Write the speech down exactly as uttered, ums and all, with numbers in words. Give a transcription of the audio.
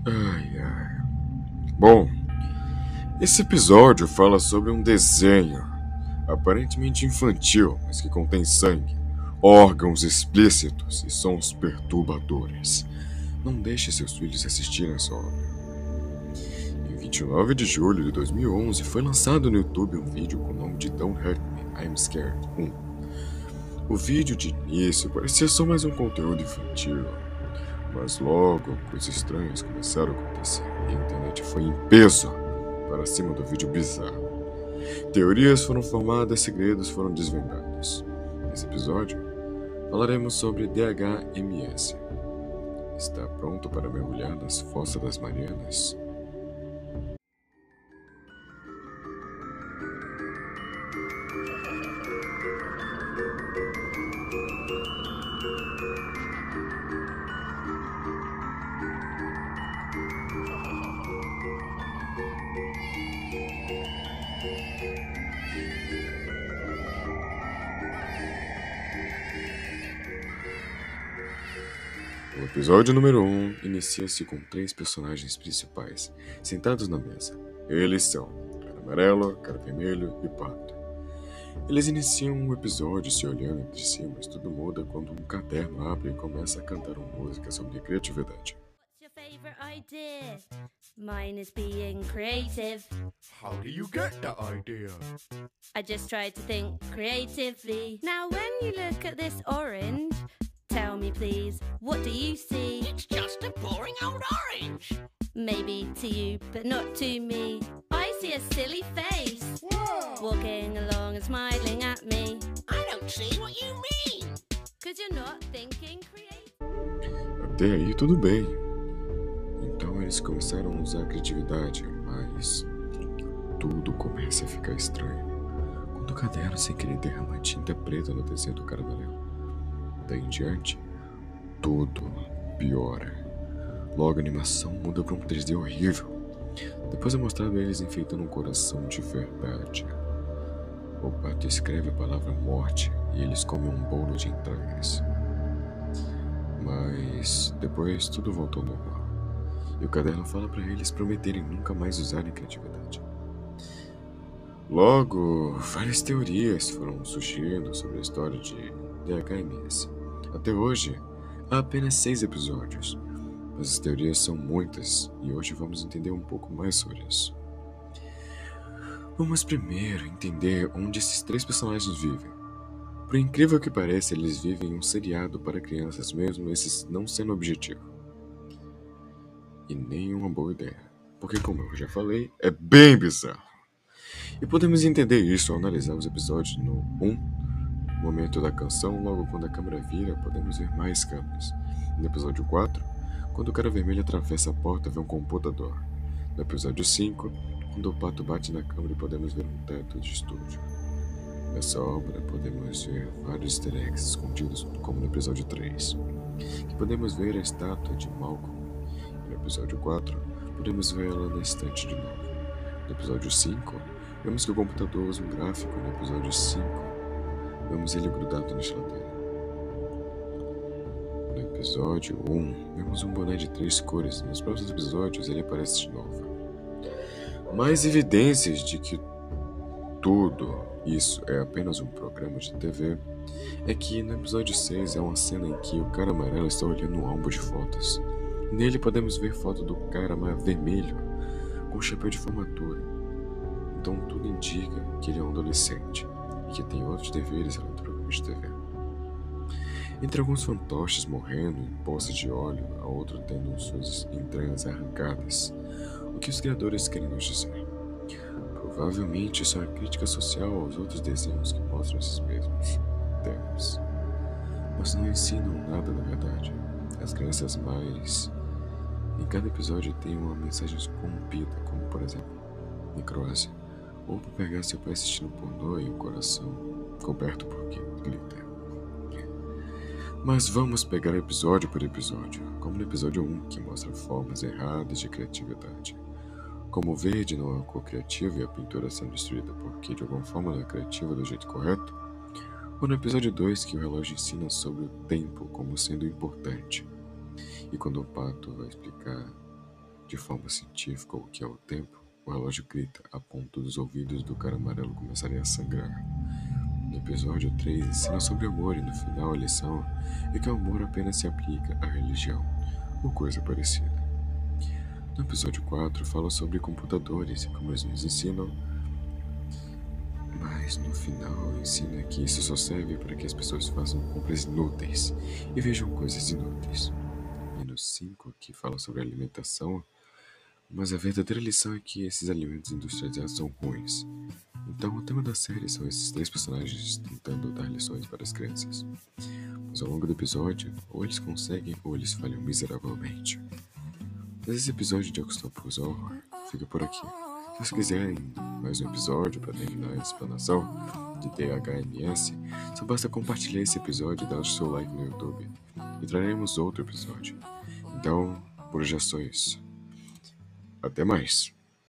Ai, ai. Bom, esse episódio fala sobre um desenho aparentemente infantil, mas que contém sangue, órgãos explícitos e sons perturbadores. Não deixe seus filhos assistirem essa obra. Em vinte e nove de julho de dois mil e onze foi lançado no YouTube um vídeo com o nome de Don't Hurt Me, I'm Scared um. O vídeo de início parecia só mais um conteúdo infantil, mas logo coisas estranhas começaram a acontecer e a internet foi em peso para cima do vídeo bizarro. Teorias foram formadas, segredos foram desvendados. Nesse episódio, falaremos sobre D H M S. Está pronto para mergulhar nas fossas das Marianas? O episódio número um inicia-se com três personagens principais sentados na mesa. Eles são Cara Amarelo, Cara Vermelho e Pato. Eles iniciam o episódio se olhando entre si, mas tudo muda quando um caderno abre e começa a cantar uma música sobre criatividade. What's your favorite idea? Mine is being creative. How do you get that idea? I just tried to think creatively. Now, when you look at this orange, tell me please, what do you see? It's just a boring old orange. Maybe to you, but not to me. I see a silly face Whoa! walking along and smiling at me. I don't see what you mean. Cause you're not thinking creative. Até aí tudo bem. Então eles começaram a usar a criatividade, mas tudo começa a ficar estranho. Quando o caderno sem querer derrama tinta preta no desenho do Cara Amarelo. Daí em diante, tudo piora. Logo a animação muda para um três D horrível. Depois é mostrado eles enfeitando um coração de verdade. O Pato escreve a palavra morte e eles comem um bolo de entranhas. Mas depois tudo voltou ao normal. E o caderno fala para eles prometerem nunca mais usarem criatividade. Logo, várias teorias foram surgindo sobre a história de D H M S. Até hoje, há apenas seis episódios, mas as teorias são muitas e hoje vamos entender um pouco mais sobre isso. Vamos primeiro entender onde esses três personagens vivem. Por incrível que pareça, eles vivem em um seriado para crianças, mesmo esses não sendo o objetivo. E nem uma boa ideia, porque como eu já falei, é bem bizarro. E podemos entender isso ao analisar os episódios no um, momento da canção, logo quando a câmera vira, podemos ver mais câmeras. No episódio quatro, quando o Cara Vermelho atravessa a porta, vê um computador. No episódio cinco, quando o Pato bate na câmera, podemos ver um teto de estúdio. Nessa obra, podemos ver vários easter eggs escondidos, como no episódio três, que podemos ver a estátua de Malcolm. E no episódio quatro, podemos ver ela na estante de novo. No episódio cinco, vemos que o computador usa um gráfico. No episódio cinco, vemos ele grudado na geladeira. No episódio um, vemos um boné de três cores. Nos próximos episódios, ele aparece de novo. Mais evidências de que tudo isso é apenas um programa de T V é que no episódio seis é uma cena em que o Cara Amarelo está olhando um álbum de fotos. Nele podemos ver foto do Cara Vermelho com chapéu de formatura. Então tudo indica que ele é um adolescente e que tem outros deveres além do programa de T V. Entre alguns fantoches morrendo em poças de óleo, a outro tendo suas entranhas arrancadas, o que os criadores querem nos dizer? Provavelmente isso é uma crítica social aos outros desenhos que mostram esses mesmos temas, mas não ensinam nada da verdade. As crianças mais em cada episódio tem uma mensagem corrompida, como por exemplo, necrose, ou por pegar seu pai assistindo pornô e o coração coberto por glitter. Mas vamos pegar episódio por episódio, como no episódio um, que mostra formas erradas de criatividade. Como o verde não é uma cor criativa e a pintura sendo destruída porque de alguma forma não é criativa do jeito correto. Ou no episódio dois, que o relógio ensina sobre o tempo como sendo importante. E quando o Pato vai explicar de forma científica o que é o tempo, o relógio grita a ponto dos ouvidos do cara amarelo começarem a sangrar. No episódio três ensina sobre amor e no final a lição é que o amor apenas se aplica à religião, ou coisa parecida. No episódio quatro fala sobre computadores e como eles nos ensinam, mas no final ensina que isso só serve para que as pessoas façam compras inúteis e vejam coisas inúteis. E no cinco que fala sobre alimentação, mas a verdadeira lição é que esses alimentos industrializados são ruins. Então o tema da série são esses três personagens tentando dar lições para as crianças. Mas ao longo do episódio, ou eles conseguem ou eles falham miseravelmente. Mas esse episódio de Octopus Horror fica por aqui. Se vocês quiserem mais um episódio para terminar a explanação de T H M S, só basta compartilhar esse episódio e dar o seu like no YouTube. E traremos outro episódio. Então, por hoje é só isso. Até mais!